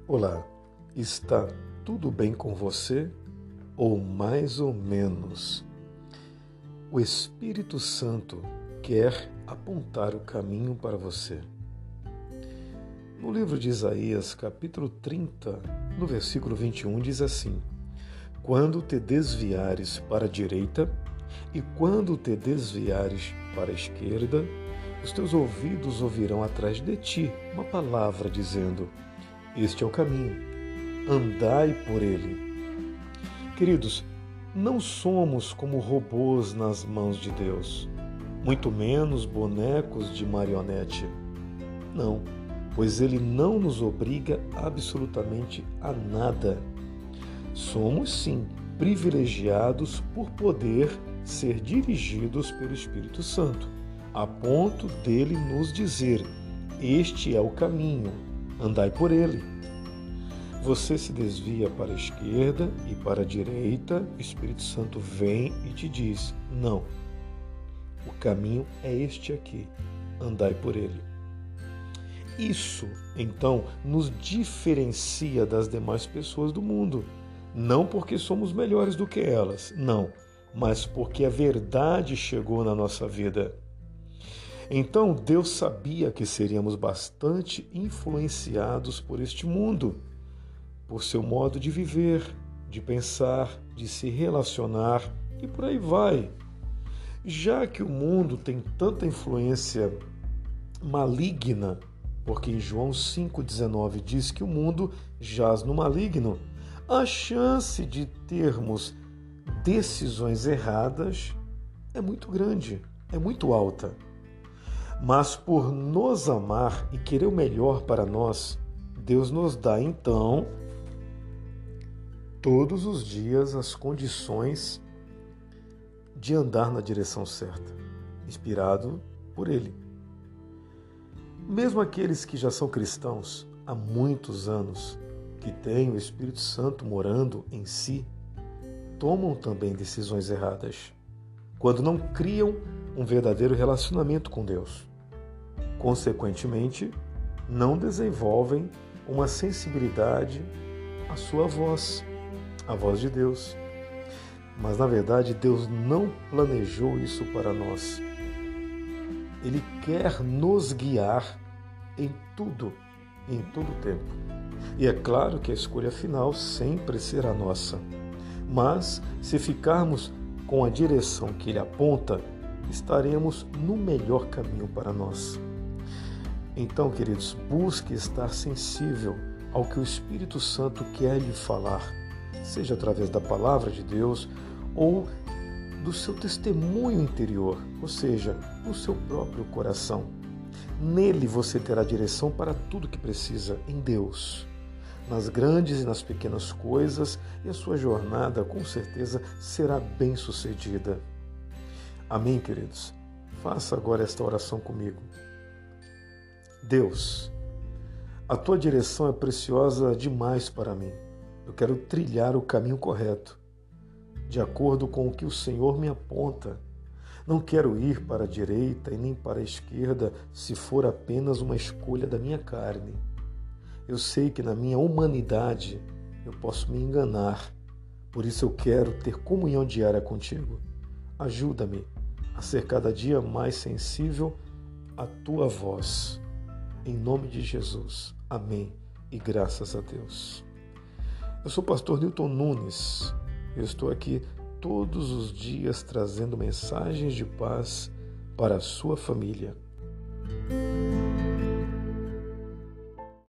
Olá, está tudo bem com você? Ou mais ou menos? O Espírito Santo quer apontar o caminho para você. No livro de Isaías, capítulo 30, no versículo 21, diz assim: Quando te desviares para a direita e quando te desviares para a esquerda, os teus ouvidos ouvirão atrás de ti uma palavra dizendo: Este é o caminho, andai por ele. Queridos, não somos como robôs nas mãos de Deus, muito menos bonecos de marionete. Não, pois Ele não nos obriga absolutamente a nada. Somos, sim, privilegiados por poder ser dirigidos pelo Espírito Santo, a ponto dele nos dizer: Este é o caminho, andai por ele. Você se desvia para a esquerda e para a direita, o Espírito Santo vem e te diz: não, o caminho é este aqui, andai por ele. Isso, então, nos diferencia das demais pessoas do mundo, não porque somos melhores do que elas, não, mas porque a verdade chegou na nossa vida. Então, Deus sabia que seríamos bastante influenciados por este mundo, por seu modo de viver, de pensar, de se relacionar e por aí vai. Já que o mundo tem tanta influência maligna, porque em João 5,19 diz que o mundo jaz no maligno, a chance de termos decisões erradas é muito grande, é muito alta. Mas por nos amar e querer o melhor para nós, Deus nos dá então todos os dias as condições de andar na direção certa, inspirado por Ele. Mesmo aqueles que já são cristãos há muitos anos, que têm o Espírito Santo morando em si, tomam também decisões erradas, quando não criam um verdadeiro relacionamento com Deus. Consequentemente, não desenvolvem uma sensibilidade à sua voz, a voz de Deus. Mas, na verdade, Deus não planejou isso para nós. Ele quer nos guiar em tudo, em todo o tempo. E é claro que a escolha final sempre será nossa. Mas, se ficarmos com a direção que Ele aponta, estaremos no melhor caminho para nós. Então, queridos, busque estar sensível ao que o Espírito Santo quer lhe falar, seja através da palavra de Deus ou do seu testemunho interior, ou seja, no seu próprio coração. Nele você terá direção para tudo que precisa, em Deus, nas grandes e nas pequenas coisas, e a sua jornada, com certeza, será bem-sucedida. Amém, queridos? Faça agora esta oração comigo. Deus, a tua direção é preciosa demais para mim. Eu quero trilhar o caminho correto, de acordo com o que o Senhor me aponta. Não quero ir para a direita e nem para a esquerda se for apenas uma escolha da minha carne. Eu sei que na minha humanidade eu posso me enganar, por isso eu quero ter comunhão diária contigo. Ajuda-me a ser cada dia mais sensível à tua voz. Em nome de Jesus. Amém. E graças a Deus. Eu sou o pastor Newton Nunes. Eu estou aqui todos os dias trazendo mensagens de paz para a sua família.